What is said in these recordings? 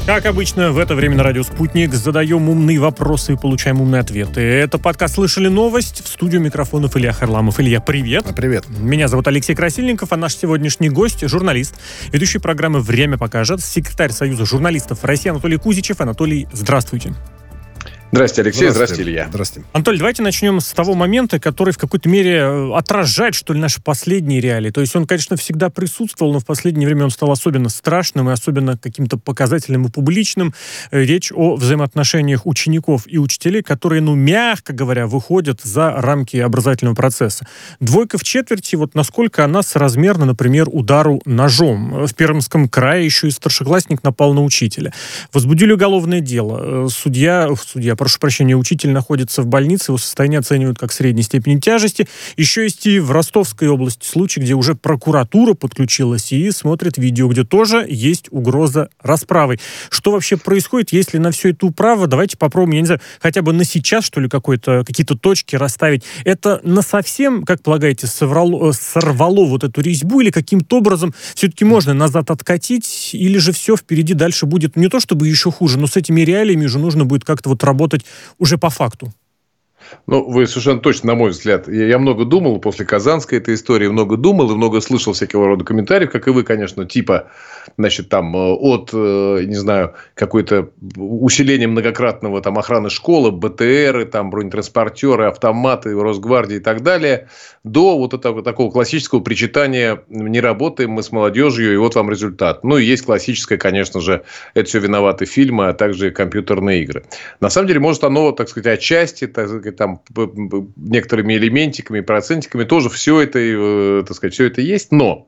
Как обычно, в это время на радио «Спутник» задаем умные вопросы и получаем умные ответы. Это подкаст «Слышали новость». В студию микрофонов Илья Харламов. Илья, привет. Привет. Меня зовут Алексей Красильников, а наш сегодняшний гость – журналист, ведущий программы «Время покажет», секретарь Союза журналистов России Анатолий Кузичев. Анатолий, здравствуйте. Здравствуйте, Алексей. Здравствуйте, Илья. Здравствуйте. Анатолий, давайте начнем с того момента, который в какой-то мере отражает, что ли, наши последние реалии. То есть он, конечно, всегда присутствовал, но в последнее время он стал особенно страшным и особенно каким-то показательным и публичным. Речь о взаимоотношениях учеников и учителей, которые, мягко говоря, выходят за рамки образовательного процесса. Двойка в четверти, вот насколько она соразмерна, например, удару ножом. В Пермском крае еще и старшеклассник напал на учителя. Возбудили уголовное дело. Учитель находится в больнице, его состояние оценивают как средней степени тяжести. Еще есть и в Ростовской области случай, где уже прокуратура подключилась и смотрит видео, где тоже есть угроза расправы. Что вообще происходит, если на все это управа? Давайте попробуем, я не знаю, хотя бы на сейчас, что ли, какие-то точки расставить. Это насовсем, как полагаете, сорвало вот эту резьбу, или каким-то образом все-таки можно назад откатить, или же все впереди дальше будет не то чтобы еще хуже, но с этими реалиями уже нужно будет как-то вот работать уже по факту? Вы совершенно точно, на мой взгляд. Я много думал после Казанской этой истории, много думал и много слышал всякого рода комментариев, как и вы, конечно, какое-то усиление многократного охраны школы, БТРы, бронетранспортеры, автоматы, Росгвардии и так далее, до вот этого такого классического причитания: не работаем мы с молодежью, и вот вам результат. И есть классическое, конечно же, это все виноваты фильмы, а также компьютерные игры. На самом деле, может, оно, отчасти, некоторыми элементиками, процентиками тоже все это есть, но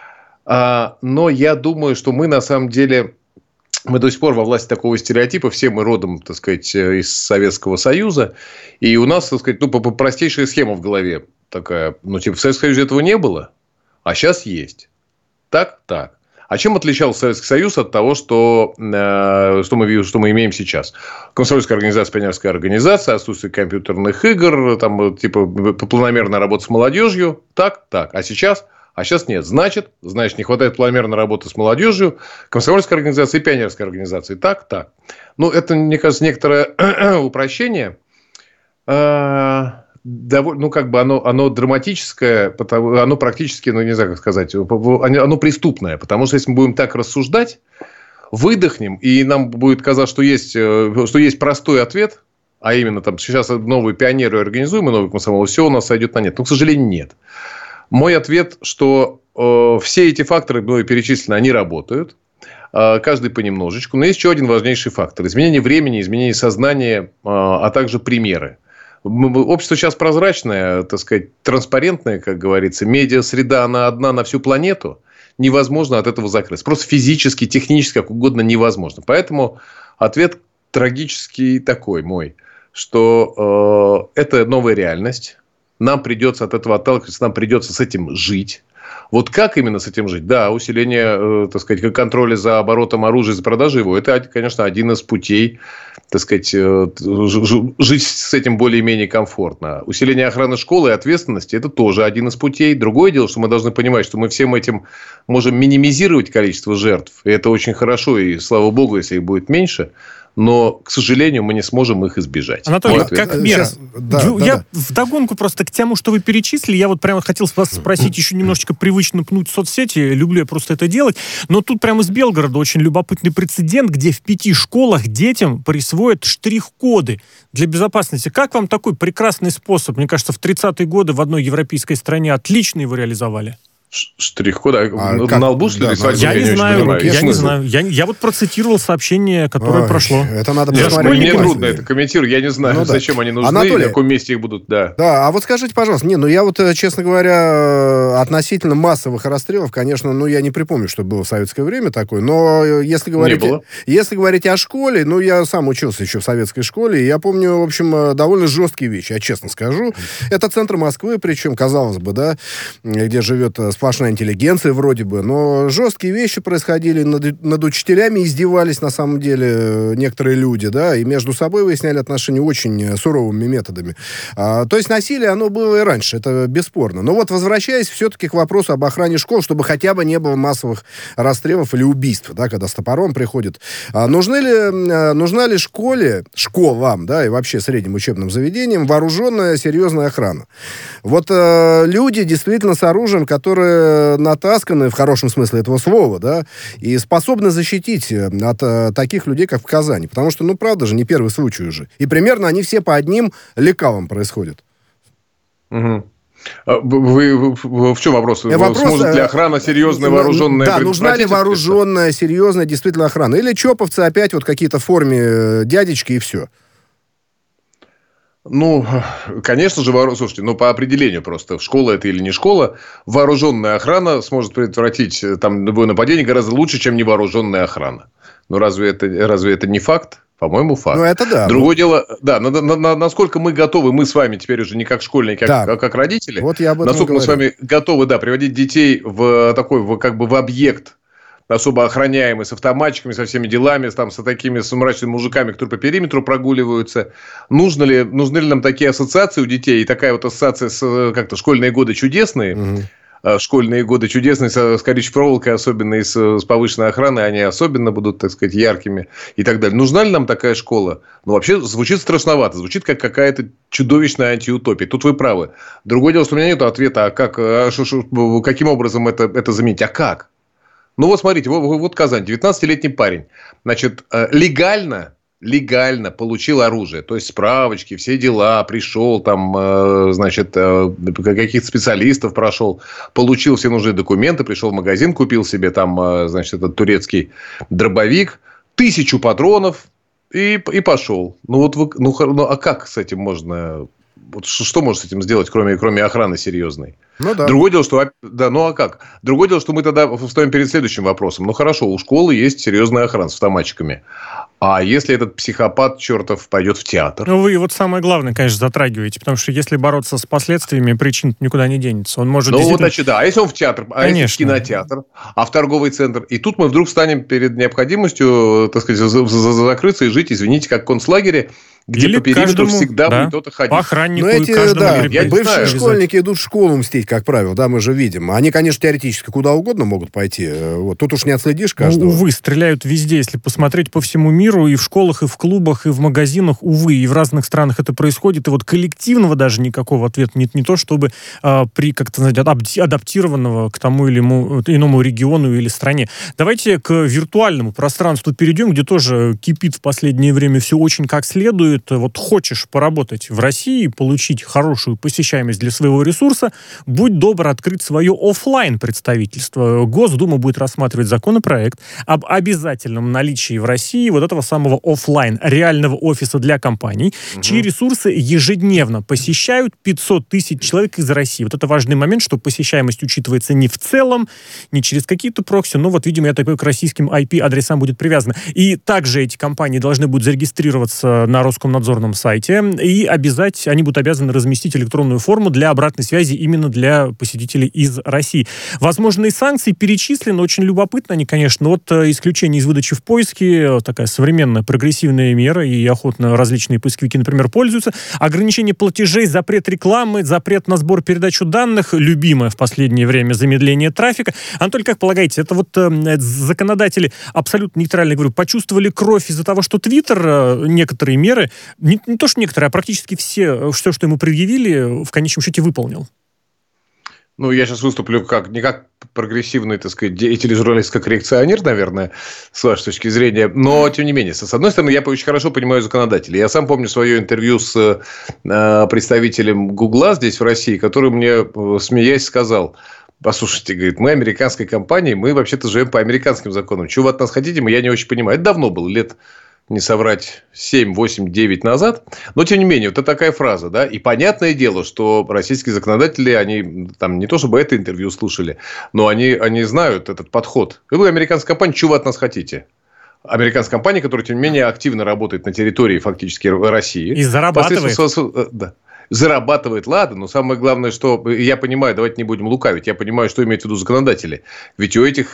я думаю, что мы на самом деле до сих пор во власти такого стереотипа, все мы родом, из Советского Союза, и у нас, простейшая схема в голове такая, в Советском Союзе этого не было, а сейчас есть. Так. А чем отличался Советский Союз от того, что мы имеем сейчас? Комсомольская организация, пионерская организация, отсутствие компьютерных игр, планомерная работа с молодежью. Так. А сейчас нет. Значит, не хватает планомерной работы с молодежью, комсомольской организации и пионерской организации. Так. Это, мне кажется, некоторое упрощение. Оно драматическое, оно практически, оно преступное. Потому что если мы будем так рассуждать, выдохнем, и нам будет казаться, что есть простой ответ, а именно сейчас новые пионеры организуем, и новый комсомол, все у нас сойдет на нет. Но, к сожалению, нет. Мой ответ, что все эти факторы, перечислены, они работают. Каждый понемножечку. Но есть еще один важнейший фактор: изменение времени, изменение сознания, а также примеры. Общество сейчас прозрачное, транспарентное, как говорится. Медиа-среда, она одна на всю планету. Невозможно от этого закрыться. Просто физически, технически, как угодно невозможно. Поэтому ответ трагический такой мой, что это новая реальность. Нам придется от этого отталкиваться, нам придется с этим жить. Вот как именно с этим жить? Да, усиление, контроля за оборотом оружия, за продажей его, это, конечно, один из путей, жить с этим более-менее комфортно. Усиление охраны школы и ответственности – это тоже один из путей. Другое дело, что мы должны понимать, что мы всем этим можем минимизировать количество жертв. И это очень хорошо, и слава богу, если их будет меньше. Но, к сожалению, мы не сможем их избежать. Анатолий, как мера? Я вдогонку просто к тому, что вы перечислили, я прямо хотел вас спросить еще немножечко привычно пнуть в соцсети, люблю я просто это делать, но тут прямо из Белгорода очень любопытный прецедент, где в 5 школах детям присвоят штрих-коды для безопасности. Как вам такой прекрасный способ? Мне кажется, в 30-е годы в одной европейской стране отлично его реализовали. Штрих-код? На лбу, что ли? Я не знаю. Я процитировал сообщение, которое прошло. Это надо посмотреть. Мне трудно это комментировать. Я не знаю, зачем они нужны, Анатолий, в каком месте их будут. Да, а вот скажите, пожалуйста, я честно говоря, относительно массовых расстрелов, конечно, я не припомню, что было в советское время такое, но если говорить о школе, я сам учился еще в советской школе, и я помню, в общем, довольно жесткие вещи, я честно скажу. Это центр Москвы, причем, казалось бы, да, где живет сплошная интеллигенция вроде бы, но жесткие вещи происходили, над учителями издевались на самом деле некоторые люди, да, и между собой выясняли отношения очень суровыми методами. То есть насилие, оно было и раньше, это бесспорно. Но вот возвращаясь все-таки к вопросу об охране школ, чтобы хотя бы не было массовых расстрелов или убийств, да, когда с топором приходят. Нужна ли школам, да, и вообще средним учебным заведениям вооруженная серьезная охрана? Вот люди действительно с оружием, которые натасканы, в хорошем смысле этого слова, да, и способны защитить от таких людей, как в Казани. Потому что, правда же, не первый случай уже. И примерно они все по одним лекалам происходят. Угу. В чем вопрос? Сможет ли охрана серьезная, вооруженная? Да, нужна ли вооруженная, серьезная действительно охрана? Или чоповцы опять вот какие-то в форме дядечки и все? Конечно же, слушайте, по определению просто, школа это или не школа, вооруженная охрана сможет предотвратить любое нападение гораздо лучше, чем невооруженная охрана. Разве это не факт? По-моему, факт. Это да. Другое дело, да, насколько мы готовы, мы с вами теперь уже не как школьники, а как родители, вот я об этом насколько мы с вами готовы, приводить детей в объект, особо охраняемый, с автоматчиками, со всеми делами, с мрачными мужиками, которые по периметру прогуливаются. Нужны ли нам такие ассоциации у детей? И такая вот ассоциация с школьные годы чудесные. Угу. Школьные годы чудесные, с колючей проволокой, особенно и с повышенной охраной, они особенно будут, яркими и так далее. Нужна ли нам такая школа? Вообще, звучит страшновато. Звучит, как какая-то чудовищная антиутопия. Тут вы правы. Другое дело, что у меня нет ответа, каким образом это заменить? А как? Смотрите, вот Казань, 19-летний парень. Легально получил оружие. То есть, справочки, все дела, пришел, каких-то специалистов прошел, получил все нужные документы, пришел в магазин, купил себе этот турецкий дробовик, 1000 патронов и пошел. А как с этим можно... Что может с этим сделать, кроме охраны серьезной? Да. Другое дело, что... а как? Другое дело, что мы тогда встаем перед следующим вопросом. Хорошо, у школы есть серьезная охрана с автоматчиками. А если этот психопат чертов пойдет в театр? Вы самое главное, конечно, затрагиваете. Потому что если бороться с последствиями, причин никуда не денется. Он может А если он в театр, если в кинотеатр, а в торговый центр? И тут мы вдруг станем перед необходимостью, закрыться и жить, извините, как в концлагере, где по периметру всегда будет кто-то ходить. По охраннику и каждому. Бывшие школьники идут в школу мстить, как правило, да, мы же видим. Они, конечно, теоретически куда угодно могут пойти. Тут уж не отследишь каждого. Увы, стреляют везде, если посмотреть по всему миру, и в школах, и в клубах, и в магазинах, увы, и в разных странах это происходит. И коллективного даже никакого ответа нет. Не то, чтобы при адаптированного к тому или иному региону или стране. Давайте к виртуальному пространству перейдем, где тоже кипит в последнее время все очень как следует. Хочешь поработать в России, получить хорошую посещаемость для своего ресурса, будь добр открыть свое офлайн представительство. Госдума будет рассматривать законопроект об обязательном наличии в России этого самого офлайн реального офиса для компаний, чьи ресурсы ежедневно посещают 500 тысяч человек из России. Это важный момент, что посещаемость учитывается не в целом, не через какие-то прокси, но видимо, к российским IP-адресам будет привязано. И также эти компании должны будут зарегистрироваться на Роскомнадзорном сайте, и они будут обязаны разместить электронную форму для обратной связи именно для посетителей из России. Возможные санкции перечислены, очень любопытно они, конечно. Исключение из выдачи в поиске, такая современная прогрессивная мера, и охотно различные поисковики, например, пользуются. Ограничение платежей, запрет рекламы, запрет на сбор, передачу данных, любимое в последнее время замедление трафика. Анатолий, как полагаете, это законодатели, абсолютно нейтрально говорю, почувствовали кровь из-за того, что Твиттер некоторые меры, не то что некоторые, а практически все, что ему предъявили, в конечном счете выполнил? Я сейчас выступлю не как прогрессивный, деятель, журналист, как коррекционер, наверное, с вашей точки зрения. Но, тем не менее, с одной стороны, я очень хорошо понимаю законодателей. Я сам помню свое интервью с представителем Гугла здесь, в России, который мне, смеясь, сказал: послушайте, говорит, мы американская компания, мы вообще-то живем по американским законам. Чего вы от нас хотите, я не очень понимаю. Это давно было, лет... не соврать, 7, 8, 9 назад. Но, тем не менее, это такая фраза, да. И понятное дело, что российские законодатели, они не то чтобы это интервью слушали, но они знают этот подход. Вы американская компания, чего вы от нас хотите? Американская компания, которая, тем не менее, активно работает на территории фактически России. И зарабатывает. Да. зарабатывает, ладно, но самое главное, что я понимаю, давайте не будем лукавить, я понимаю, что имеют в виду законодатели. Ведь у этих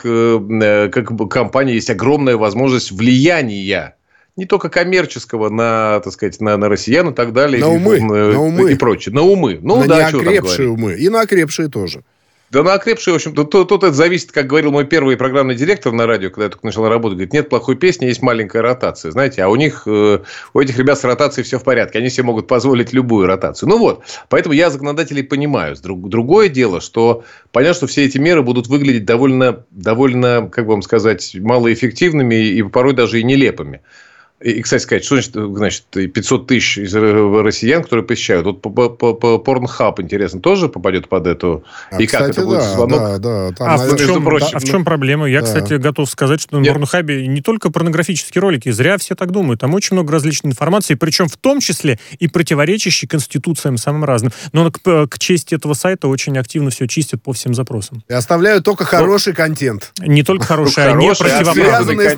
компаний есть огромная возможность влияния. Не только коммерческого на, так сказать, на россиян и так далее. На умы. И прочее. На умы. Ну, на неокрепшие умы. И на окрепшие тоже. Да на окрепшие, в общем-то, тут это зависит, как говорил мой первый программный директор на радио, когда я только начал работать, говорит, нет плохой песни, есть маленькая ротация, знаете, а у этих ребят с ротацией все в порядке, они себе могут позволить любую ротацию. Ну вот, поэтому я законодателей понимаю. Другое дело, что понятно, что все эти меры будут выглядеть довольно, как вам сказать, малоэффективными и порой даже и нелепыми. И, кстати сказать, что значит 500 тысяч россиян, которые посещают? Вот Pornhub, интересно, тоже попадет под эту? И кстати, как это будет звонок? Да. Там, в чем проблема? Я, кстати, готов сказать, что на Pornhub не только порнографические ролики, зря все так думают. Там очень много различной информации, причем в том числе и противоречащей конституциям самым разным. Но к чести этого сайта очень активно все чистят по всем запросам. И оставляют только хороший контент. Не только хороший, а не противоправный. Связанный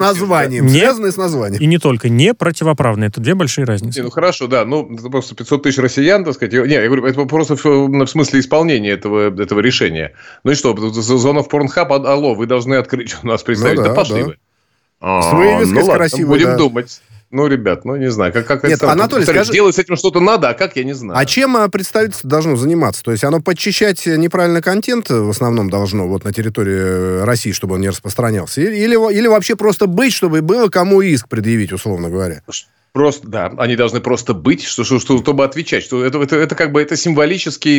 с названием. И не только. Не противоправные. Это две большие разницы. Ну, хорошо, да. Ну, просто 500 тысяч россиян, так сказать. Не, я говорю, это просто в смысле исполнения этого решения. Ну и что, зона в Pornhub, алло, вы должны открыть у нас представить. Да пошли вы. С вывеской красивой, будем думать. Ну, ребят, не знаю. Как Нет, это, Анатолий, скажи... Делать с этим что-то надо, а как, я не знаю. А чем представительство должно заниматься? То есть, оно подчищать неправильный контент в основном должно вот на территории России, чтобы он не распространялся? Или вообще просто быть, чтобы было кому иск предъявить, условно говоря? Просто, да, они должны просто быть, чтобы отвечать. Что это как бы это символический,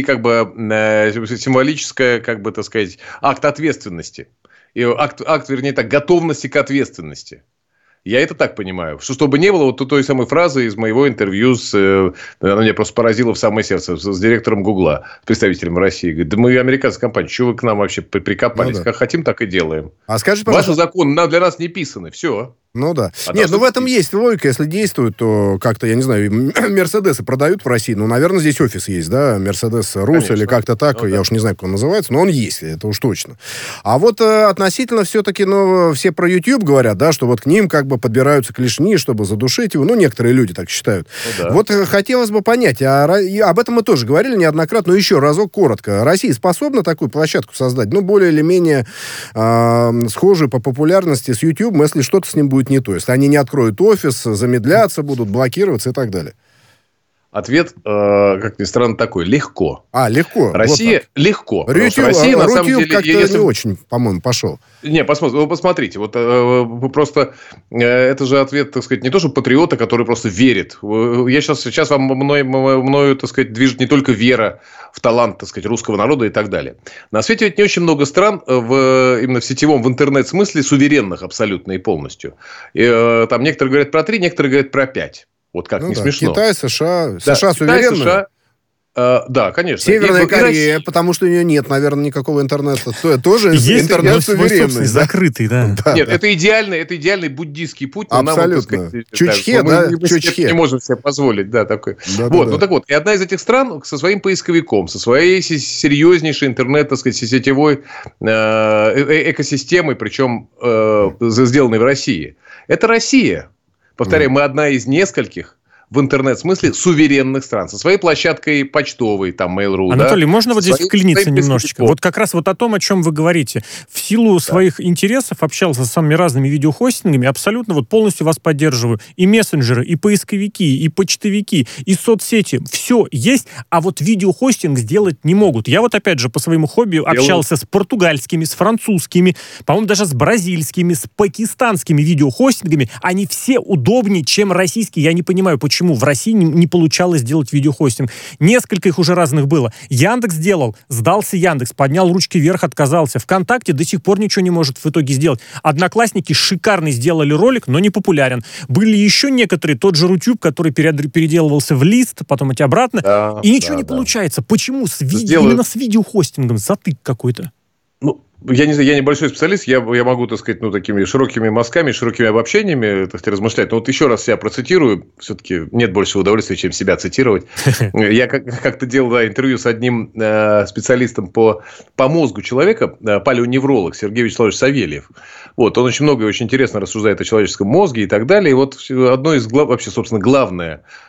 символическое, так сказать, акт ответственности. И вернее, готовности к ответственности. Я это так понимаю. Чтобы не было вот той самой фразы из моего интервью она меня просто поразила в самое сердце, с директором Гугла, с представителем России. Говорит, да мы американская компания, что вы к нам вообще прикопались? Как хотим, так и делаем. А скажите, пожалуйста... Ваши законы для нас не писаны, все. Ну да. Нет, в этом есть логика. Если действует, то как-то, я не знаю, Мерседесы продают в России. наверное, здесь офис есть, да? Мерседес Рус или как-то так. Я уж не знаю, как он называется, но он есть, это уж точно. А вот относительно все-таки, все про YouTube говорят, да, что вот к ним как бы подбираются клешни, чтобы задушить его. некоторые люди так считают. Вот хотелось бы понять, об этом мы тоже говорили неоднократно, но еще разок коротко. Россия способна такую площадку создать? Более или менее схожую по популярности с YouTube, если что-то с ним будет не то. Если они не откроют офис, замедляться будут, блокироваться и так далее. Ответ, как ни странно, такой. Легко. Легко. Россия легко. Россия, на самом деле, как-то не очень, по-моему, пошел. Не, посмотрите. Вот просто это же ответ, так сказать, не то, что патриота, который просто верит. Я сейчас вам мною, так сказать, движет не только вера в талант, так сказать, русского народа и так далее. На свете ведь не очень много стран именно в сетевом, в интернет-смысле суверенных абсолютно и полностью. Там некоторые говорят про 3, некоторые говорят про 5. Вот как не смешно. Китай, США. США суверенны. США, да, конечно. Северная Корея, потому что у нее нет, наверное, никакого интернета. Тоже интернет суверенный. Закрытый, да. Нет, это идеальный буддийский путь. Абсолютно. Чучхе, да? Чучхе. Не можем себе позволить, да, такой. Так вот. И одна из этих стран со своим поисковиком, со своей серьезнейшей интернет, так сказать, сетевой экосистемой, причем сделанной в России. Это Россия. Повторяю, мы одна из нескольких в интернет-смысле суверенных стран. Со своей площадкой почтовой, там, Mail.ru. Анатолий, можно вот здесь вклиниться немножечко? Вот как раз вот о том, о чем вы говорите. В силу своих интересов общался с самыми разными видеохостингами, абсолютно вот полностью вас поддерживаю. И мессенджеры, и поисковики, и почтовики, и соцсети. Все есть, а вот видеохостинг сделать не могут. Я вот опять же по своему хобби общался с португальскими, с французскими, по-моему, даже с бразильскими, с пакистанскими видеохостингами. Они все удобнее, чем российские. Я не понимаю, почему в России не получалось сделать видеохостинг. Несколько их уже разных было. Яндекс сделал, сдался Яндекс, поднял ручки вверх, отказался. ВКонтакте до сих пор ничего не может в итоге сделать. Одноклассники шикарно сделали ролик, но не популярен. Были еще некоторые, тот же Рутюб, который переделывался в лист, потом идти обратно, и ничего не получается. Почему? Именно с видеохостингом затык какой-то. Я не знаю, я небольшой специалист, я могу, так сказать, такими широкими мазками, широкими обобщениями, так сказать, размышлять. Но вот еще раз себя процитирую, все-таки нет большего удовольствия, чем себя цитировать. Я как-то делал интервью с одним специалистом по мозгу человека, палеоневролог Сергей Вячеславович Савельев. Вот, он очень много и очень интересно рассуждает о человеческом мозге и так далее. И вот одно из вообще, собственно, главное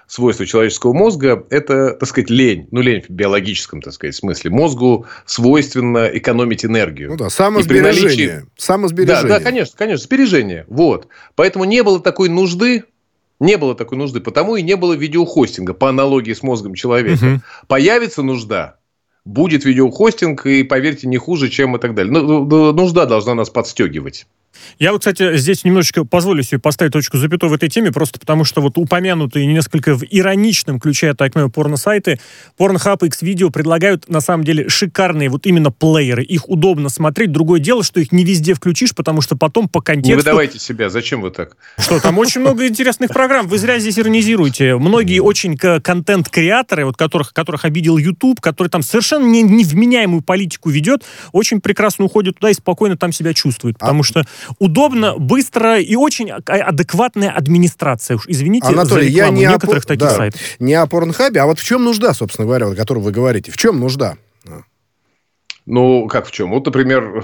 свойство человеческого мозга – это, так сказать, лень. Ну, лень в биологическом, так сказать, смысле. Мозгу свойственно экономить энергию. Ну да, самосбережение. Да, конечно, сбережение. Вот. Поэтому не было такой нужды, потому и не было видеохостинга, по аналогии с мозгом человека. Появится нужда, будет видеохостинг, и, поверьте, не хуже, чем и так далее. Нужда должна нас подстегивать. Я вот, кстати, здесь немножечко позволю себе поставить точку запятой в этой теме, просто потому что вот упомянутые несколько в ироничном ключе, я так понимаю, порно-сайты, Pornhub и Xvideo предлагают, на самом деле, шикарные вот именно плееры. Их удобно смотреть. Другое дело, что их не везде включишь, потому что потом по контексту... Не выдавайте себя. Зачем вы так? Что, там очень много интересных программ. Вы зря здесь иронизируете. Многие очень контент-креаторы, вот которых обидел YouTube, который там совершенно невменяемую политику ведет, очень прекрасно уходят туда и спокойно там себя чувствуют. Потому что удобно, быстро и очень адекватная администрация. Уж извините, Анатолий, за рекламу некоторых таких сайтов. Не о Порнхабе, а вот в чем нужда, собственно говоря, о которой вы говорите? В чем нужда? Ну, как в чем? Вот, например...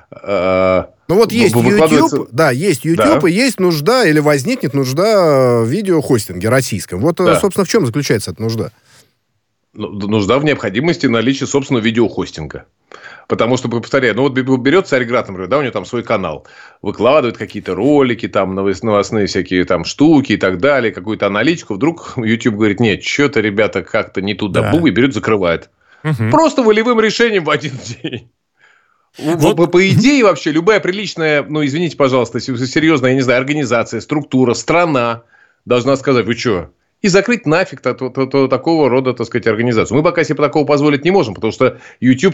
Ну, вот есть YouTube, есть YouTube, и есть нужда, или возникнет нужда в видеохостинге российском. Вот, собственно, в чем заключается эта нужда? Нужда в необходимости наличия собственного видеохостинга. Потому что, повторяю, вот берет Царьград, например, у него там свой канал, выкладывает какие-то ролики, там, новостные всякие там штуки и так далее, какую-то аналитику, вдруг YouTube говорит, нет, что-то, ребята, как-то не туда, и берет, закрывает. Просто волевым решением в один день. По идее, вообще, любая приличная, извините, пожалуйста, серьезная, я не знаю, организация, структура, страна должна сказать, вы что? И закрыть нафиг такого рода, так сказать, организацию. Мы пока себе такого позволить не можем, потому что на YouTube,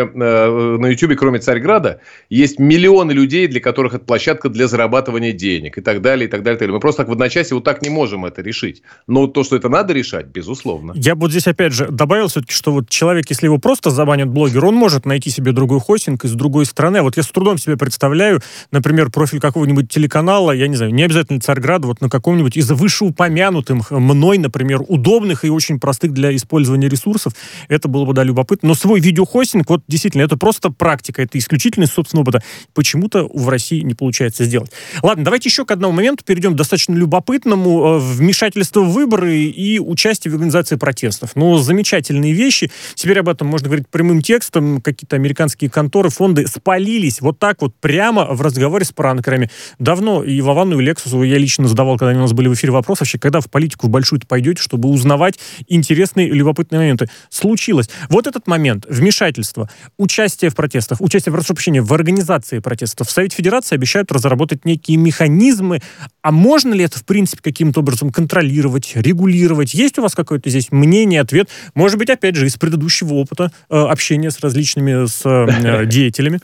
кроме Царьграда, есть миллионы людей, для которых это площадка для зарабатывания денег и так далее, и так далее. Мы просто так в одночасье вот так не можем это решить. Но то, что это надо решать, безусловно. Я бы вот здесь опять же добавил все-таки, что вот человек, если его просто забанят блогер, он может найти себе другой хостинг из другой страны. А вот я с трудом себе представляю, например, профиль какого-нибудь телеканала, я не знаю, не обязательно Царьграда, вот на каком-нибудь из вышеупомянутых мной, например, удобных и очень простых для использования ресурсов. Это было бы, да, любопытно. Но свой видеохостинг, вот действительно, это просто практика, это исключительность собственного опыта. Почему-то в России не получается сделать. Ладно, давайте еще к одному моменту перейдем, к достаточно любопытному. Вмешательство в выборы и участие в организации протестов. Ну, замечательные вещи. Теперь об этом можно говорить прямым текстом. Какие-то американские конторы, фонды спалились вот так вот прямо в разговоре с пранкерами. Давно и Вовану, и Лексусу я лично задавал, когда они у нас были в эфире, вопрос вообще, когда в политику в большую пойдете, чтобы узнавать интересные, любопытные моменты. Случилось. Вот этот момент вмешательства, участие в протестах, в организации протестов. В Совете Федерации обещают разработать некие механизмы. А можно ли это, в принципе, каким-то образом контролировать, регулировать? Есть у вас какое-то здесь мнение, ответ? Может быть, опять же, из предыдущего опыта общения с различными деятелями?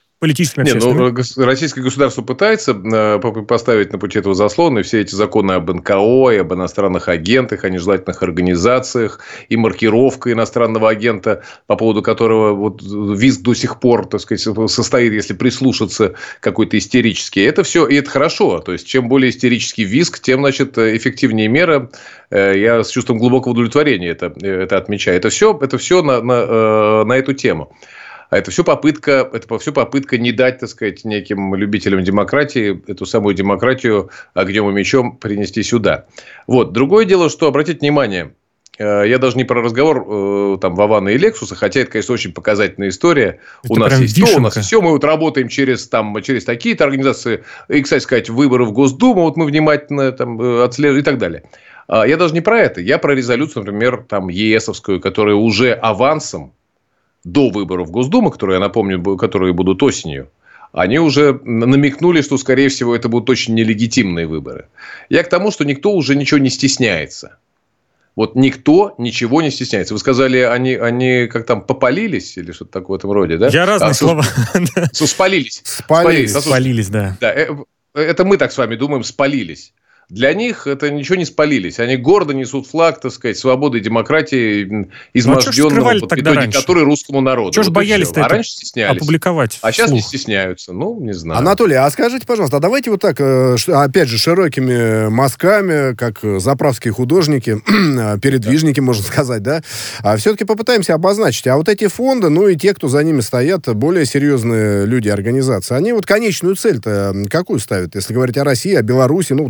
Российское государство пытается поставить на пути этого заслона, и все эти законы об НКО, и об иностранных агентах, о нежелательных организациях, и маркировка иностранного агента, по поводу которого вот визг до сих пор, так сказать, состоит, если прислушаться, какой-то истерический. Это все, и это хорошо. То есть, чем более истерический визг, тем, значит, эффективнее мера. Я с чувством глубокого удовлетворения это отмечаю. Это все на эту тему. А это все попытка не дать, так сказать, неким любителям демократии эту самую демократию огнем и мечом принести сюда. Вот. Другое дело, что, обратите внимание, я даже не про разговор там Вована и Лексуса, хотя это, конечно, очень показательная история. У нас есть то, у нас все, мы вот работаем через такие-то организации. И, кстати сказать, выборы в Госдуму, вот мы внимательно там отслеживаем и так далее. Я даже не про это. Я про резолюцию, например, там ЕСовскую, которая уже авансом до выборов в Госдуму, которые, я напомню, которые будут осенью, они уже намекнули, что, скорее всего, это будут очень нелегитимные выборы. Я к тому, что никто уже ничего не стесняется. Вот никто ничего не стесняется. Вы сказали, они как там, попалились или что-то такое в этом роде, да? Я разные слова. Спалились. Спалились, да. Это мы так с вами думаем, спалились. Для них это ничего не спалились. Они гордо несут флаг, так сказать, свободы и демократии изможденного под диктатурой русскому народу. Чего ж боялись-то это раньше стеснялись. Опубликовать? А сейчас не стесняются. Ну, не знаю. Анатолий, а скажите, пожалуйста, а давайте вот так, опять же, широкими мазками, как заправские художники, передвижники, можно сказать, да? А все-таки попытаемся обозначить. А вот эти фонды, ну и те, кто за ними стоят, более серьезные люди, организации, они вот конечную цель-то какую ставят? Если говорить о России, о Беларуси, ну, в данном случае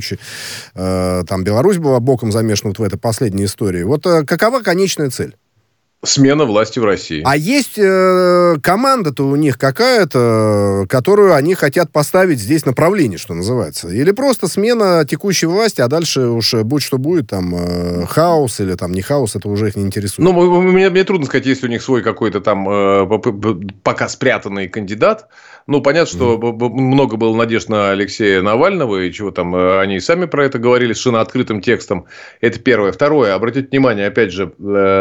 случае там Беларусь была боком замешана вот в этой последней истории. Вот какова конечная цель? Смена власти в России. А есть команда-то у них какая-то, которую они хотят поставить здесь направление, что называется? Или просто смена текущей власти, а дальше уж будь что будет, там, хаос или там не хаос, это уже их не интересует? Ну, мне трудно сказать, есть ли у них свой какой-то там пока спрятанный кандидат. Ну, понятно, что много было надежд на Алексея Навального, и чего там, они сами про это говорили совершенно открытым текстом. Это первое. Второе, обратите внимание, опять же,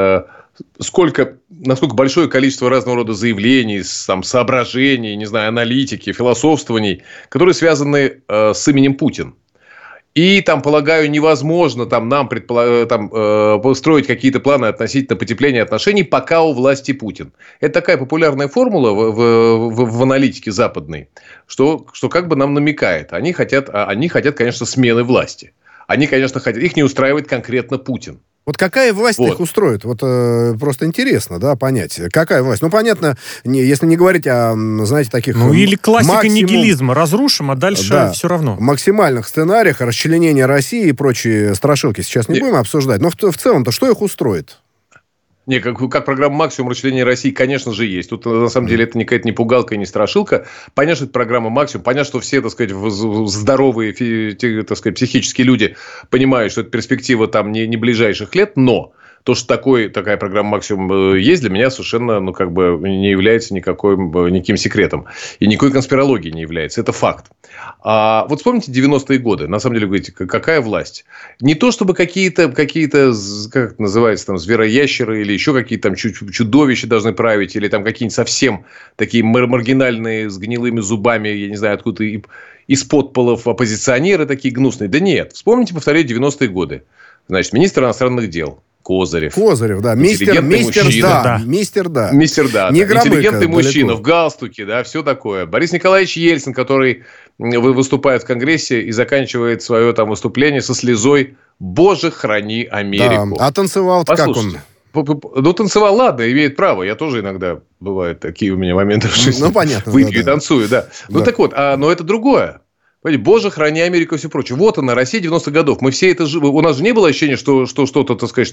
насколько большое количество разного рода заявлений, там, соображений, не знаю, аналитики, философствований, которые связаны с именем Путин. И там, полагаю, невозможно нам строить какие-то планы относительно потепления отношений, пока у власти Путин. Это такая популярная формула в аналитике западной, что как бы нам намекает. Они хотят, конечно, смены власти. Они, конечно, хотят. Их не устраивает конкретно Путин. Вот какая власть их устроит? Вот просто интересно, да, понять. Какая власть? Ну, понятно, если не говорить о, знаете, таких... Ну, или классика нигилизма. Разрушим, а дальше все равно. Максимальных сценариях, расчленения России и прочие страшилки сейчас не будем обсуждать. Но в целом-то что их устроит? Не, как программа «Максимум» расчленения России, конечно же, есть. Тут, на самом деле, это никакая не пугалка и не страшилка. Понятно, что это программа «Максимум». Понятно, что все, так сказать, здоровые, так сказать, психические люди понимают, что это перспектива там не ближайших лет, но то, что такая программа «Максимум» есть, для меня совершенно, не является никаким секретом. И никакой конспирологией не является. Это факт. А вот вспомните 90-е годы. На самом деле, говорите, какая власть? Не то, чтобы какие-то, как это называется, там, звероящеры или еще какие-то там чудовища должны править, или там какие-нибудь совсем такие маргинальные с гнилыми зубами, я не знаю, откуда из подполов оппозиционеры такие гнусные. Да нет. Вспомните, повторяю, 90-е годы. Значит, министр иностранных дел. Козырев, да. Мистер, да. Интеллигентный мужчина в галстуке, да, все такое. Борис Николаевич Ельцин, который выступает в Конгрессе и заканчивает свое там выступление со слезой «Боже, храни Америку». Да. А танцевал как он? Ну, танцевал, ладно, имеет право. Я тоже иногда, бывают такие у меня моменты в жизни. Ну, понятно. Выпью и танцую, да. Ну, так вот, но это другое. Понимаете, «Боже, храни Америку» и все прочее. Вот она, Россия 90-х годов. Мы все это живы. У нас же не было ощущения, что что-то, так сказать,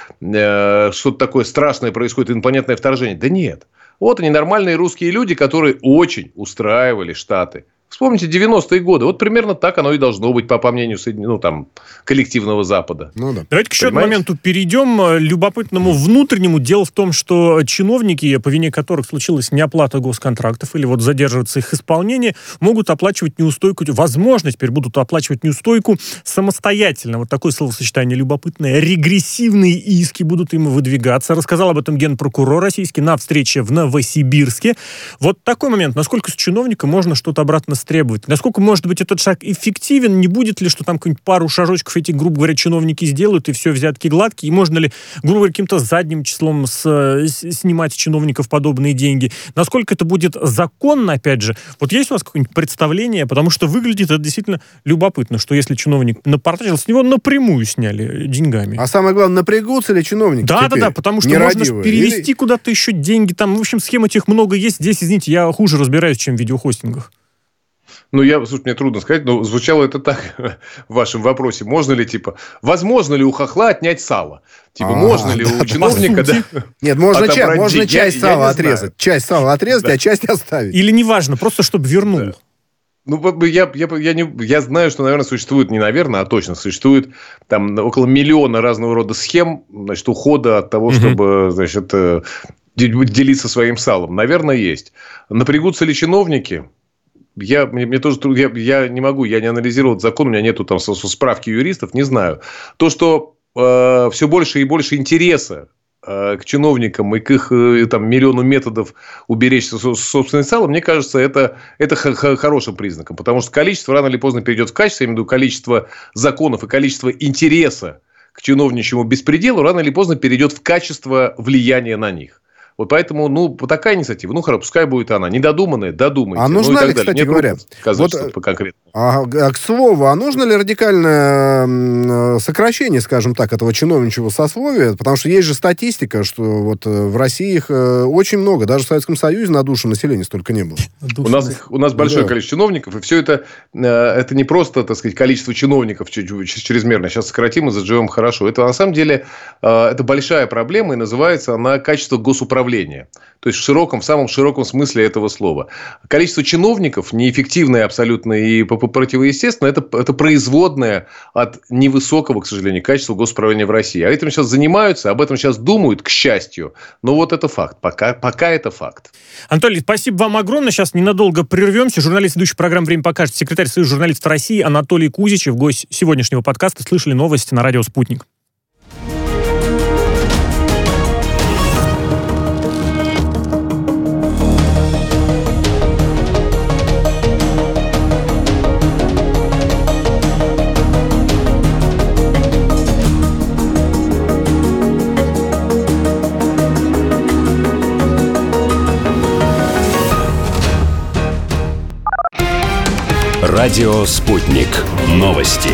что-то такое страшное происходит, инопланетное вторжение. Да нет. Вот они, нормальные русские люди, которые очень устраивали Штаты. Вспомните 90-е годы. Вот примерно так оно и должно быть, по мнению коллективного Запада. Ну, да. Давайте к еще одному моменту перейдем. Любопытному внутреннему. Дело в том, что чиновники, по вине которых случилась неоплата госконтрактов или вот задерживается их исполнение, могут оплачивать неустойку, возможно, теперь будут оплачивать неустойку самостоятельно. Вот такое словосочетание любопытное. Регрессивные иски будут им выдвигаться. Рассказал об этом генпрокурор российский на встрече в Новосибирске. Вот такой момент. Насколько с чиновника можно что-то обратно требовать? Насколько, может быть, этот шаг эффективен? Не будет ли, что там какую-нибудь пару шажочков эти, грубо говоря, чиновники сделают, и все, взятки гладкие? И можно ли, грубо говоря, каким-то задним числом снимать с чиновников подобные деньги? Насколько это будет законно, опять же? Вот есть у вас какое-нибудь представление? Потому что выглядит это действительно любопытно, что если чиновник напортачил, с него напрямую сняли деньгами. А самое главное, напрягутся ли чиновники? Да, потому что можно перевести куда-то еще деньги. Там, в общем, схем этих много есть. Здесь, извините, я хуже разбираюсь, чем в видеохостингах. Ну, мне трудно сказать, но звучало это так в вашем вопросе. Возможно ли у хохла отнять сало? Можно ли у чиновника... Нет, можно часть сала отрезать. Часть сала отрезать, а часть оставить. Или неважно, просто чтобы вернул. Ну, я знаю, что, наверное, существует, не наверное, а точно существует там около миллиона разного рода схем, значит, ухода от того, чтобы, значит, делиться своим салом. Наверное, есть. Напрягутся ли чиновники? Мне тоже трудно, я не могу, я не анализировал этот закон, у меня нету там справки юристов, не знаю. То, что все больше и больше интереса к чиновникам и к их миллиону методов уберечь собственное сало, мне кажется, это хорошим признаком. Потому что количество рано или поздно перейдет в качество, я имею в виду количество законов и количество интереса к чиновничьему беспределу рано или поздно перейдет в качество влияния на них. Вот поэтому, такая инициатива, хорошо, пускай будет она. Недодуманная, додумайте. А нужна ли, кстати говоря, сказать что-то конкретное. К слову, а нужно ли радикальное сокращение, скажем так, этого чиновничьего сословия? Потому что есть же статистика, что вот в России их очень много. Даже в Советском Союзе на душу населения столько не было. У нас большое количество чиновников, и все это не просто, так сказать, количество чиновников чрезмерно. Сейчас сократим и заживем хорошо. Это, на самом деле, это большая проблема, и называется она качество госуправления. То есть, в самом широком смысле этого слова. Количество чиновников неэффективное абсолютно и противоестественное, это производное от невысокого, к сожалению, качества госуправления в России. А этим сейчас занимаются, об этом сейчас думают, к счастью. Но вот это факт. Пока это факт. Анатолий, спасибо вам огромное. Сейчас ненадолго прервемся. Журналист, ведущий программы «Время покажет», секретарь Союза журналистов России Анатолий Кузичев, гость сегодняшнего подкаста. Слышали новости на радио «Спутник». Радио «Спутник». Новости.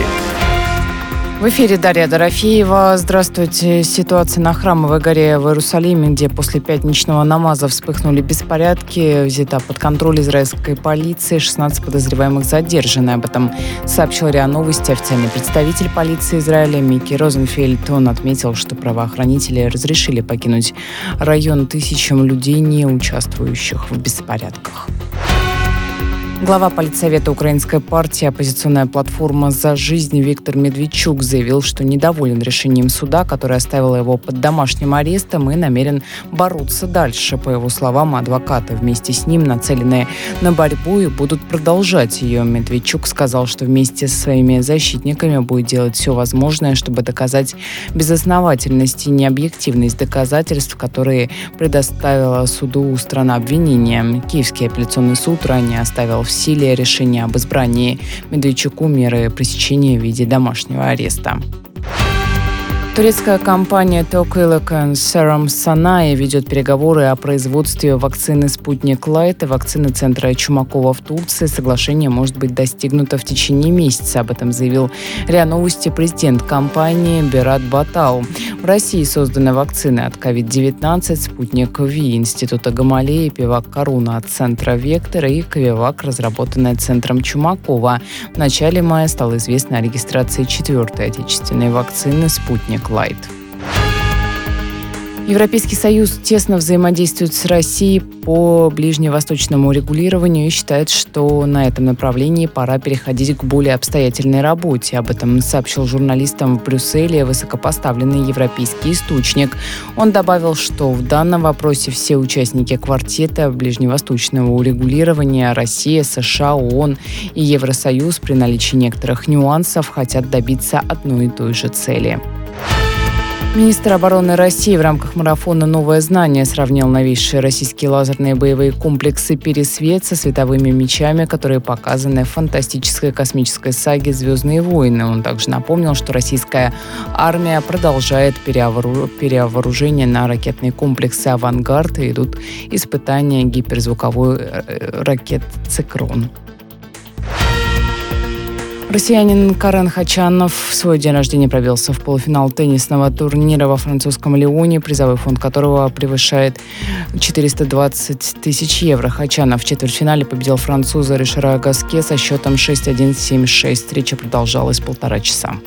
В эфире Дарья Дорофеева. Здравствуйте. Ситуация на Храмовой горе в Иерусалиме, где после пятничного намаза вспыхнули беспорядки, взята под контроль израильской полиции. 16 подозреваемых задержаны. Об этом сообщил РИА Новости официальный представитель полиции Израиля Мики Розенфельд. Он отметил, что правоохранители разрешили покинуть район тысячам людей, не участвующих в беспорядках. Глава политсовета Украинской партии «Оппозиционная платформа «За жизнь» Виктор Медведчук заявил, что недоволен решением суда, которое оставило его под домашним арестом, и намерен бороться дальше. По его словам, адвокаты вместе с ним нацелены на борьбу и будут продолжать ее. Медведчук сказал, что вместе со своими защитниками будет делать все возможное, чтобы доказать безосновательность и необъективность доказательств, которые предоставила суду страна обвинения. Киевский апелляционный суд ранее оставил в силе решение об избрании Медведчуку меры пресечения в виде домашнего ареста. Турецкая компания Tokilok Serum Sanayi ведет переговоры о производстве вакцины «Спутник Лайт» и вакцины центра Чумакова в Турции. Соглашение может быть достигнуто в течение месяца. Об этом заявил РИА Новости президент компании Берат Батал. В России созданы вакцины от COVID-19, «Спутник Ви» Института Гамалеи, «Пивак Коруна» от центра «Вектор» и «Ковивак», разработанная центром Чумакова. В начале мая стало известно о регистрации 4-й отечественной вакцины «Спутник Лайт». Европейский Союз тесно взаимодействует с Россией по ближневосточному регулированию и считает, что на этом направлении пора переходить к более обстоятельной работе. Об этом сообщил журналистам в Брюсселе высокопоставленный европейский источник. Он добавил, что в данном вопросе все участники квартета ближневосточного урегулирования — Россия, США, ООН и Евросоюз — при наличии некоторых нюансов хотят добиться одной и той же цели. Министр обороны России в рамках марафона «Новое знание» сравнил новейшие российские лазерные боевые комплексы «Пересвет» со световыми мечами, которые показаны в фантастической космической саге «Звездные войны». Он также напомнил, что российская армия продолжает перевооружение на ракетные комплексы «Авангард» и идут испытания гиперзвуковой ракеты «Циклон». Россиянин Карен Хачанов в свой день рождения пробился в полуфинал теннисного турнира во французском Лионе, призовой фонд которого превышает 420 тысяч евро. Хачанов в четвертьфинале победил француза Ришара Гаске со счетом 6-1, 7-6. Встреча продолжалась 1,5 часа.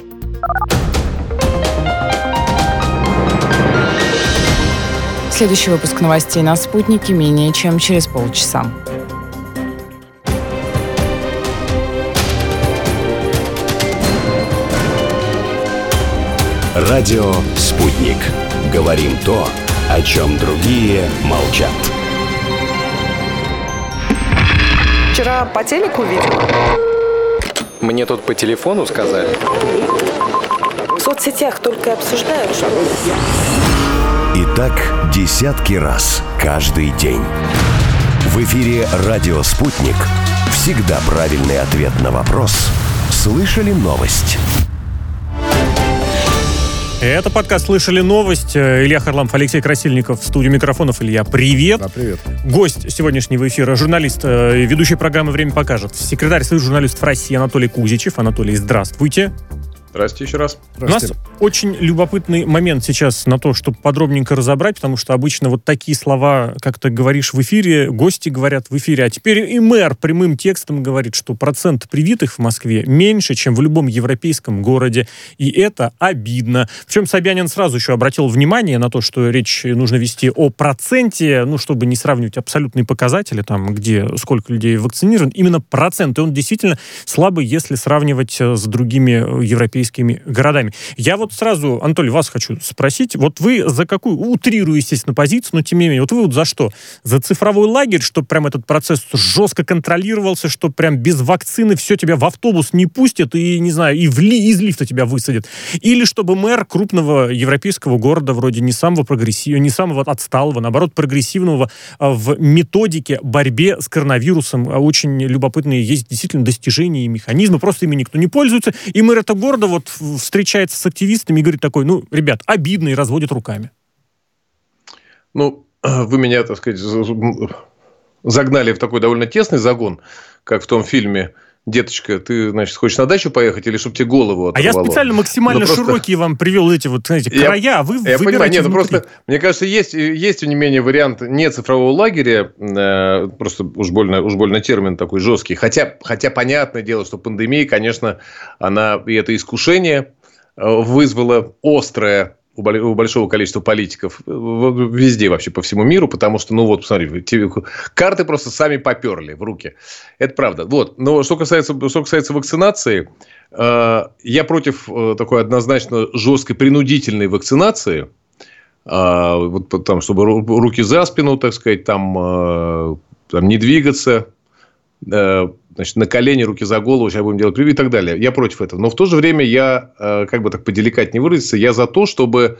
Следующий выпуск новостей на «Спутнике» менее чем через полчаса. Радио «Спутник». Говорим то, о чем другие молчат. Вчера по телеку видел. Мне тут по телефону сказали. В соцсетях только обсуждают, что... И так десятки раз каждый день. В эфире «Радио Спутник». Всегда правильный ответ на вопрос. Слышали новость? Это подкаст «Слышали новость». Илья Харламов, Алексей Красильников в студии микрофонов. Илья, привет. Да, привет. Гость сегодняшнего эфира, журналист, ведущий программы «Время покажет», секретарь Союза журналистов России Анатолий Кузичев. Анатолий, здравствуйте. Здравствуйте еще раз. У нас очень любопытный момент сейчас на то, чтобы подробненько разобрать, потому что обычно вот такие слова, как ты говоришь в эфире, гости говорят в эфире, а теперь и мэр прямым текстом говорит, что процент привитых в Москве меньше, чем в любом европейском городе, и это обидно. Причем Собянин сразу еще обратил внимание на то, что речь нужно вести о проценте, ну, чтобы не сравнивать абсолютные показатели, там, где сколько людей вакцинировано, именно процент, и он действительно слабый, если сравнивать с другими европейскими городами. Я вот сразу, Анатолий, вас хочу спросить, вот вы за какую, утрирую, естественно, позицию, но тем не менее, вот вы вот за что? За цифровой лагерь, чтобы прям этот процесс жестко контролировался, чтобы прям без вакцины все тебя в автобус не пустят и, не знаю, и из лифта тебя высадят? Или чтобы мэр крупного европейского города, вроде не самого прогрессивного, не самого отсталого, наоборот, прогрессивного в методике борьбе с коронавирусом, очень любопытные есть действительно достижения и механизмы, просто ими никто не пользуется, и мэр этого города вот встречается с активистами и говорит такой, ну, ребят, обидно, и разводит руками. Ну, вы меня, так сказать, загнали в такой довольно тесный загон, как в том фильме «Деточка, ты, значит, хочешь на дачу поехать или чтобы тебе голову оторвало?» А я специально максимально широкие вам привел эти вот, знаете, края, а вы выбираете. Я понимаю, нет, просто, мне кажется, есть тем не менее вариант не цифрового лагеря, просто уж больно термин такой жесткий, хотя понятное дело, что пандемия, конечно, она, и это искушение вызвало острое у большого количества политиков везде вообще по всему миру, потому что, ну вот, посмотри, карты просто сами поперли в руки. Это правда. Вот. Но что касается вакцинации, я против такой однозначно жесткой принудительной вакцинации, вот, там, чтобы руки за спину, так сказать, там не двигаться, значит, на колени, руки за голову, сейчас будем делать прививки и так далее. Я против этого. Но в то же время я, как бы так поделикатнее выразиться, я за то, чтобы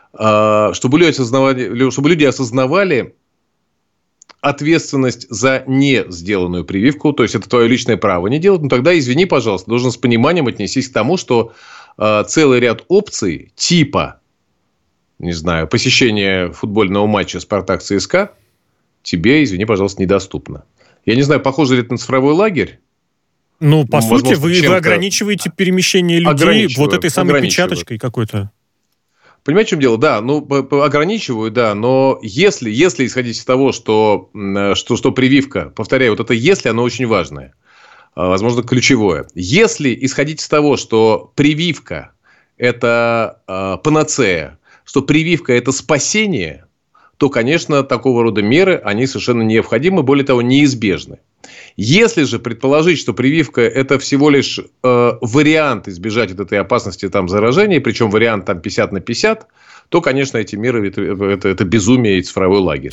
люди осознавали ответственность за не сделанную прививку. То есть, это твое личное право не делать. Но тогда, извини, пожалуйста, должен с пониманием отнестись к тому, что целый ряд опций типа, не знаю, посещения футбольного матча «Спартак-ЦСКА» тебе, извини, пожалуйста, недоступно. Я не знаю, похоже ли это на цифровой лагерь. Ну, по сути, вы ограничиваете перемещение людей вот этой самой печаточкой какой-то. Понимаете, в чем дело? Да, ну, ограничиваю, да, но если исходить из того, что прививка, повторяю, вот это «если», оно очень важное, возможно, ключевое. Если исходить из того, что прививка – это панацея, что прививка – это спасение, то, конечно, такого рода меры, они совершенно необходимы, более того, неизбежны. Если же предположить, что прививка – это всего лишь вариант избежать от этой опасности там, заражения, причем вариант там 50/50, то, конечно, эти меры – это безумие и цифровой лагерь.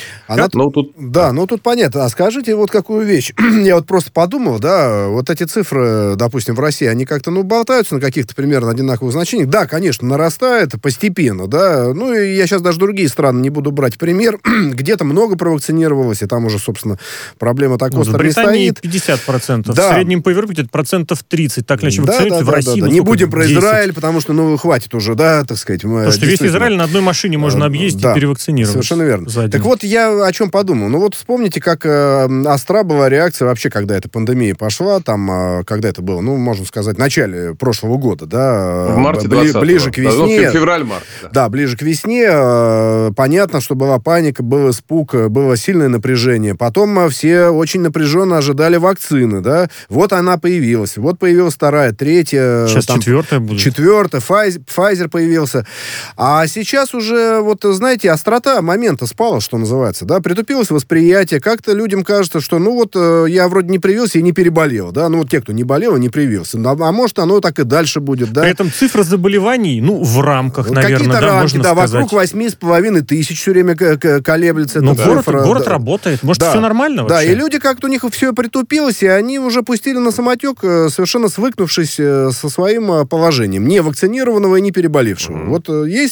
Тут понятно. А скажите вот какую вещь. Я вот просто подумал, да, вот эти цифры, допустим, в России, они как-то, болтаются на каких-то примерно одинаковых значениях. Да, конечно, нарастает постепенно, да. Ну, и я сейчас даже другие страны не буду брать в пример. Где-то много провакцинировалось, и там уже, собственно, проблема так остро не стоит. В Британии 50%. Да. В среднем по Европе где-то 30%. Так или иначе вакцинируются. В России, Не будем про Израиль, потому что, хватит уже, да, так сказать. Потому что весь Израиль на одной машине можно объездить и перевакцинировать. Совершенно верно. Так вот, я о чем подумал. Ну вот вспомните, как остра была реакция вообще, когда эта пандемия пошла, там, когда это было, можно сказать, в начале прошлого года, да. В марте 2020-го. Ближе к весне. Февраль-март. Да, ближе к весне. Понятно, что была паника, был испуг, было сильное напряжение. Потом все очень напряженно ожидали вакцины, да. Вот она появилась. Вот появилась вторая, третья. Сейчас четвертая будет. Четвертая. Pfizer появился. А сейчас уже, вот, знаете, острота момента спала, что называется, да, притупилось восприятие, как-то людям кажется, что, я вроде не привился и не переболел, да, те, кто не болел и не привился, а может, оно так и дальше будет, да. При этом цифра заболеваний, в рамках, наверное, какие-то да, рамки, можно да, сказать. вокруг 8,5 тысяч все время колеблется. Но город работает, может, все нормально вообще? Да, и люди как-то у них все притупилось, и они уже пустили на самотек, совершенно свыкнувшись со своим положением, не вакцинированного и не переболевшего. Вот есть у вас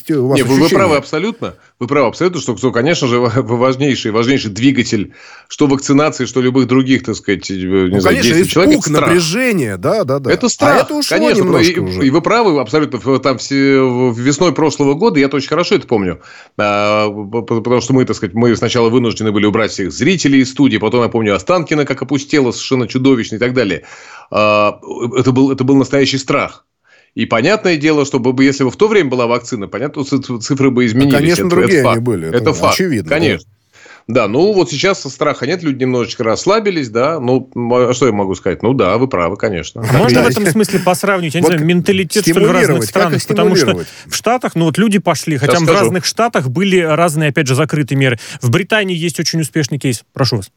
Вы правы абсолютно. Вы правы абсолютно, что, конечно же, важнейший двигатель, что вакцинации, что любых других, так сказать, действий человека. Испуг, напряжение, да. Это страх, это ушло конечно. Уже. И вы правы абсолютно. Там весной прошлого года, я очень хорошо это помню, потому что мы, так сказать, мы сначала вынуждены были убрать всех зрителей из студии, потом, я помню, Останкино как опустело, совершенно чудовищно и так далее. Это был настоящий страх. И понятное дело, что если бы в то время была вакцина, понятно, цифры бы изменились. Конечно, другие они были. Это факт. Очевидно. Конечно. Да, вот сейчас страха нет, люди немножечко расслабились, да. Что я могу сказать? Да, вы правы, конечно. Можно в этом смысле посравнить, я не знаю, менталитет, что ли, в разных странах? Потому что в Штатах, люди пошли, хотя в разных штатах были разные, опять же, закрытые меры. В Британии есть очень успешный кейс. Прошу вас.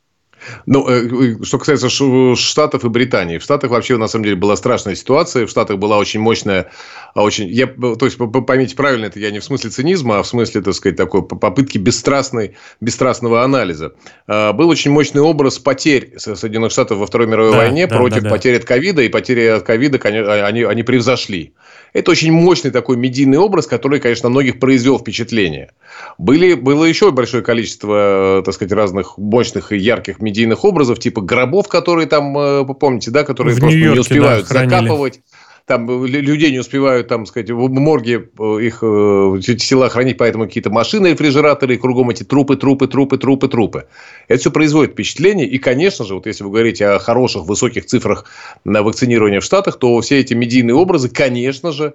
Что касается Штатов и Британии. В Штатах вообще, на самом деле, была страшная ситуация. В Штатах была очень мощная... то есть, поймите правильно, это я не в смысле цинизма, а в смысле, так сказать, такой попытки бесстрастного анализа. Был очень мощный образ потерь Соединенных Штатов во Второй мировой войне против потерь от ковида. И потери от ковида, конечно, они превзошли. Это очень мощный такой медийный образ, который, конечно, на многих произвел впечатление. Было еще большое количество, так сказать, разных мощных и ярких медийных образов, типа гробов, которые там, помните, да, которые просто не успевают закапывать. Там людей не успевают, там, сказать, в морге их тела хранить, поэтому какие-то машины, рефрижераторы, и кругом эти трупы. Это все производит впечатление. И, конечно же, если вы говорите о хороших, высоких цифрах на вакцинирование в Штатах, то все эти медийные образы, конечно же,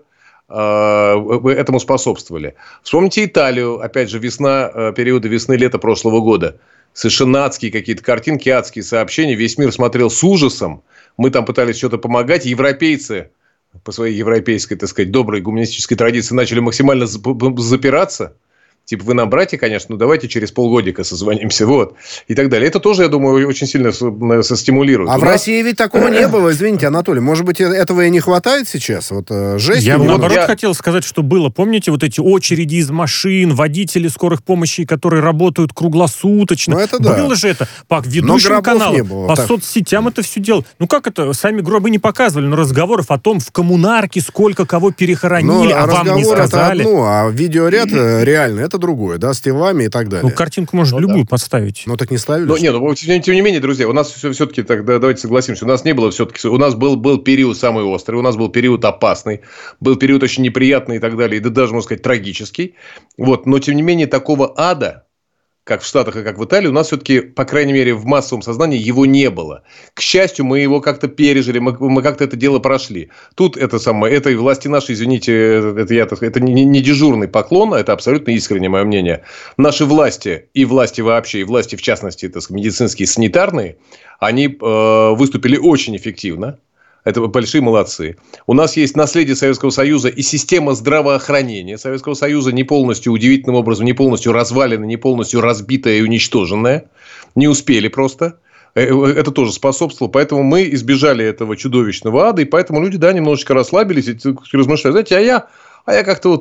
этому способствовали. Вспомните Италию, опять же, периоды весны-лета прошлого года. Совершенно адские какие-то картинки, адские сообщения. Весь мир смотрел с ужасом. Мы там пытались что-то помогать. Европейцы по своей европейской, так сказать, доброй гуманистической традиции начали максимально запираться. Типа, вы нам братья, конечно, давайте через полгодика созвонимся, и так далее. Это тоже, я думаю, очень сильно стимулирует. А в России ведь такого не было, извините, Анатолий. Может быть, этого и не хватает сейчас? Жесть. Я, наоборот, хотел сказать, что было. Помните, эти очереди из машин, водители скорых помощи, которые работают круглосуточно? Это да. Было же это по ведущим каналам, по соцсетям это все дело. Как это? Сами гробы не показывали, но разговоров о том, в коммунарке сколько кого перехоронили, а вам не сказали. Это одно, а видеоряд реально, это другое, да, с телами и так далее. Картинку можно любую поставить. Так не ставили. Тем не менее, друзья, у нас все-таки, давайте согласимся, у нас не было все-таки, у нас был период самый острый, у нас был период опасный, был период очень неприятный и так далее, и даже, можно сказать, трагический. Но, тем не менее, такого ада, как в Штатах и как в Италии, у нас все-таки, по крайней мере, в массовом сознании его не было. К счастью, мы его как-то пережили, мы как-то это дело прошли. Тут этой власти нашей, извините, это не дежурный поклон, это абсолютно искреннее мое мнение. Наши власти, и власти вообще, и власти в частности, так сказать, медицинские, санитарные, они выступили очень эффективно. Это большие молодцы. У нас есть наследие Советского Союза и система здравоохранения Советского Союза не полностью, удивительным образом, не полностью развалена, не полностью разбитая и уничтоженная. Не успели просто. Это тоже способствовало. Поэтому мы избежали этого чудовищного ада. И поэтому люди, немножечко расслабились и размышляют. Знаете, а я как-то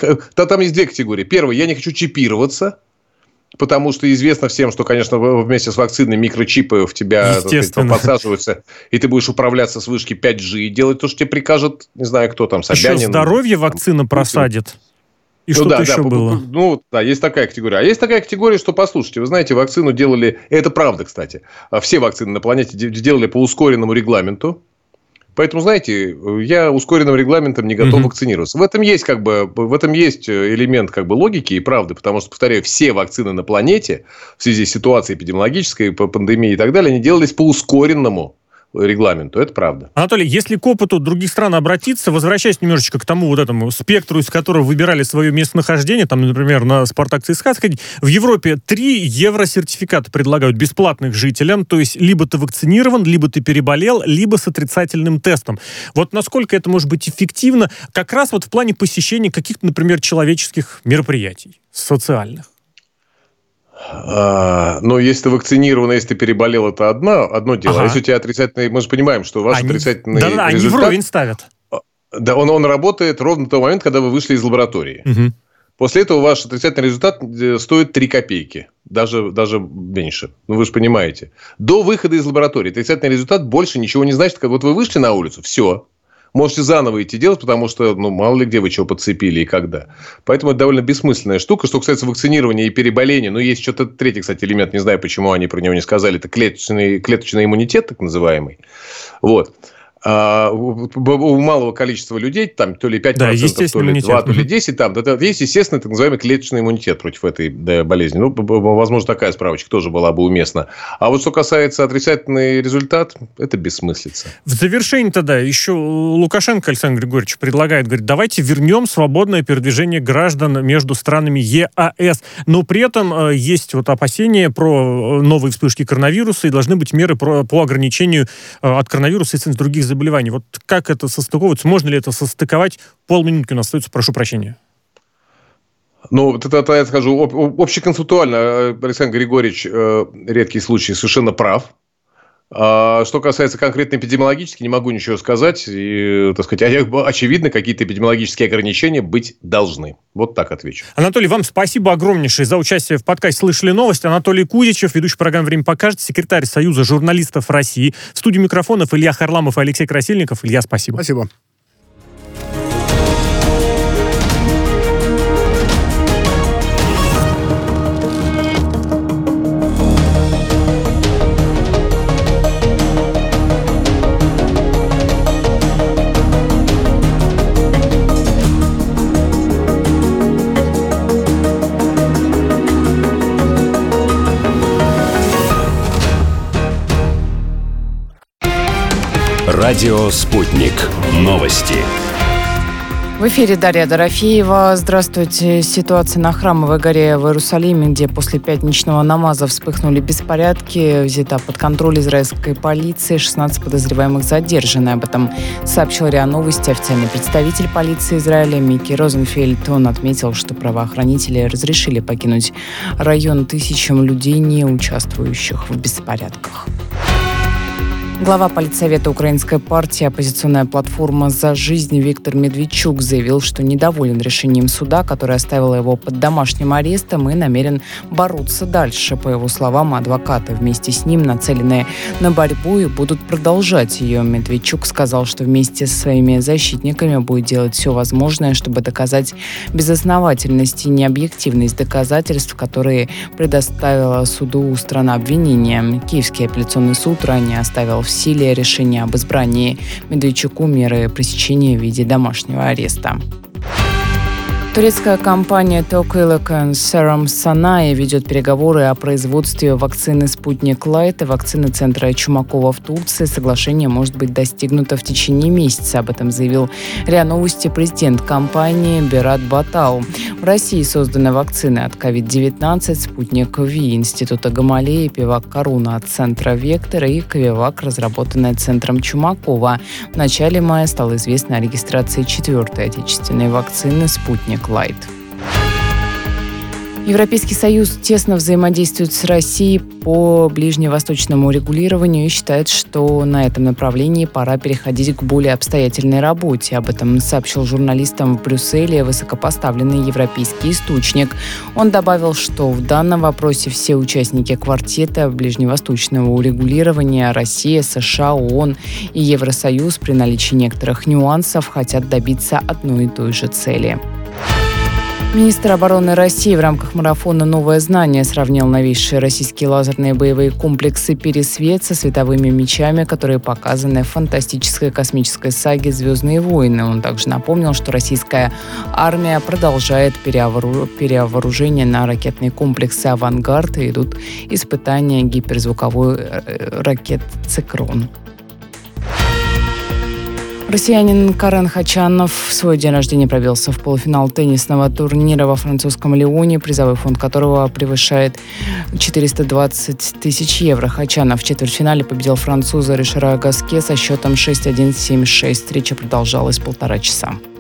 там есть две категории. Первая, я не хочу чипироваться. Потому что известно всем, что, конечно, вместе с вакциной микрочипы в тебя подсаживаются, и ты будешь управляться с вышки 5G и делать то, что тебе прикажет, не знаю, кто там, Собянин. Еще здоровье вакцина просадит. И что-то еще было. Есть такая категория. А есть такая категория, что, послушайте, вы знаете, вакцину делали, это правда, кстати, все вакцины на планете делали по ускоренному регламенту. Поэтому, знаете, я ускоренным регламентом не готов вакцинироваться. В этом есть элемент логики и правды, потому что, повторяю, все вакцины на планете в связи с ситуацией эпидемиологической, по пандемии и так далее, они делались по ускоренному регламенту. Это правда. Анатолий, если к опыту других стран обратиться, возвращаясь немножечко к тому этому спектру, из которого выбирали свое местонахождение, там, например, на Спартак ЦСКА сходить, в Европе 3 евросертификата предлагают бесплатных жителям, то есть либо ты вакцинирован, либо ты переболел, либо с отрицательным тестом. Насколько это может быть эффективно как раз в плане посещения каких-то, например, человеческих мероприятий, социальных? Если ты вакцинирован, если ты переболел, это одно дело. А если у тебя отрицательный... Мы же понимаем, что ваш отрицательный результат... они вровень ставят. Да, он работает ровно в тот момент, когда вы вышли из лаборатории. После этого ваш отрицательный результат стоит 3 копейки. Даже меньше. Вы же понимаете. До выхода из лаборатории отрицательный результат больше ничего не значит. Как вы вышли на улицу, все. можете заново идти делать, потому что, мало ли где вы чего подцепили и когда. Поэтому это довольно бессмысленная штука. Что касается вакцинирования и переболения, есть что-то третий, кстати, элемент, не знаю, почему они про него не сказали, это клеточный иммунитет, так называемый. Вот. У малого количества людей, там то ли 5%, то ли 2%, то ли 10%, там есть естественный так называемый клеточный иммунитет против этой болезни. Возможно, такая справочка тоже была бы уместна. А вот что касается отрицательный результат, это бессмыслица. В завершение тогда еще Лукашенко Александр Григорьевич предлагает, говорит, давайте вернем свободное передвижение граждан между странами ЕАЭС. Но при этом есть опасения про новые вспышки коронавируса, и должны быть меры по ограничению от коронавируса и других заболеваний. Вот как это состыковывается? Можно ли это состыковать? Полминутки у нас остается, прошу прощения. Это я скажу общеконцептуально. Александр Григорьевич, редкий случай, совершенно прав. Что касается конкретно эпидемиологически, не могу ничего сказать. И, очевидно, какие-то эпидемиологические ограничения быть должны. Вот так отвечу. Анатолий, вам спасибо огромнейшее за участие в подкасте «Слышали новости». Анатолий Кузичев, ведущий программы «Время покажет», секретарь Союза журналистов России. В студии микрофонов Илья Харламов и Алексей Красильников. Илья, спасибо. Спасибо. Радио «Спутник». Новости. В эфире Дарья Дорофеева. Здравствуйте. Ситуация на Храмовой горе в Иерусалиме, где после пятничного намаза вспыхнули беспорядки, взята под контроль израильской полиции. 16 подозреваемых задержаны. Об этом сообщил РИА Новости официальный представитель полиции Израиля Мики Розенфельд. Он отметил, что правоохранители разрешили покинуть район тысячам людей, не участвующих в беспорядках. Глава политсовета Украинской партии «Оппозиционная платформа «За жизнь» Виктор Медведчук заявил, что недоволен решением суда, которое оставило его под домашним арестом, и намерен бороться дальше. По его словам, адвокаты вместе с ним нацелены на борьбу и будут продолжать ее. Медведчук сказал, что вместе со своими защитниками будет делать все возможное, чтобы доказать безосновательность и необъективность доказательств, которые предоставила суду страна обвинения. Киевский апелляционный суд ранее оставил в силе решение об избрании Медведчуку меры пресечения в виде домашнего ареста. Турецкая компания Tokyo Serum Sanayi ведет переговоры о производстве вакцины «Спутник Лайт» и вакцины центра Чумакова в Турции. Соглашение может быть достигнуто в течение месяца. Об этом заявил РИА Новости президент компании Берат Батал. В России созданы вакцины от COVID-19, «Спутник Ви» Института Гамалеи, «Пивак Коруна» от центра «Вектор» и «Ковивак», разработанная центром Чумакова. В начале мая стало известно о регистрации 4-й отечественной вакцины «Спутник Лайт». Европейский Союз тесно взаимодействует с Россией по ближневосточному регулированию и считает, что на этом направлении пора переходить к более обстоятельной работе. Об этом сообщил журналистам в Брюсселе высокопоставленный европейский источник. Он добавил, что в данном вопросе все участники квартета ближневосточного урегулирования — Россия, США, ООН и Евросоюз — при наличии некоторых нюансов хотят добиться одной и той же цели. Министр обороны России в рамках марафона «Новое знание» сравнил новейшие российские лазерные боевые комплексы «Пересвет» со световыми мечами, которые показаны в фантастической космической саге «Звездные войны». Он также напомнил, что российская армия продолжает перевооружение на ракетные комплексы «Авангард» и идут испытания гиперзвуковой ракеты «Циклон». Россиянин Карен Хачанов в свой день рождения пробился в полуфинал теннисного турнира во французском Лионе, призовой фонд которого превышает 420 тысяч евро. Хачанов в четвертьфинале победил француза Ришара Гаске со счетом 6-1, 7-6. Встреча продолжалась 1,5 часа.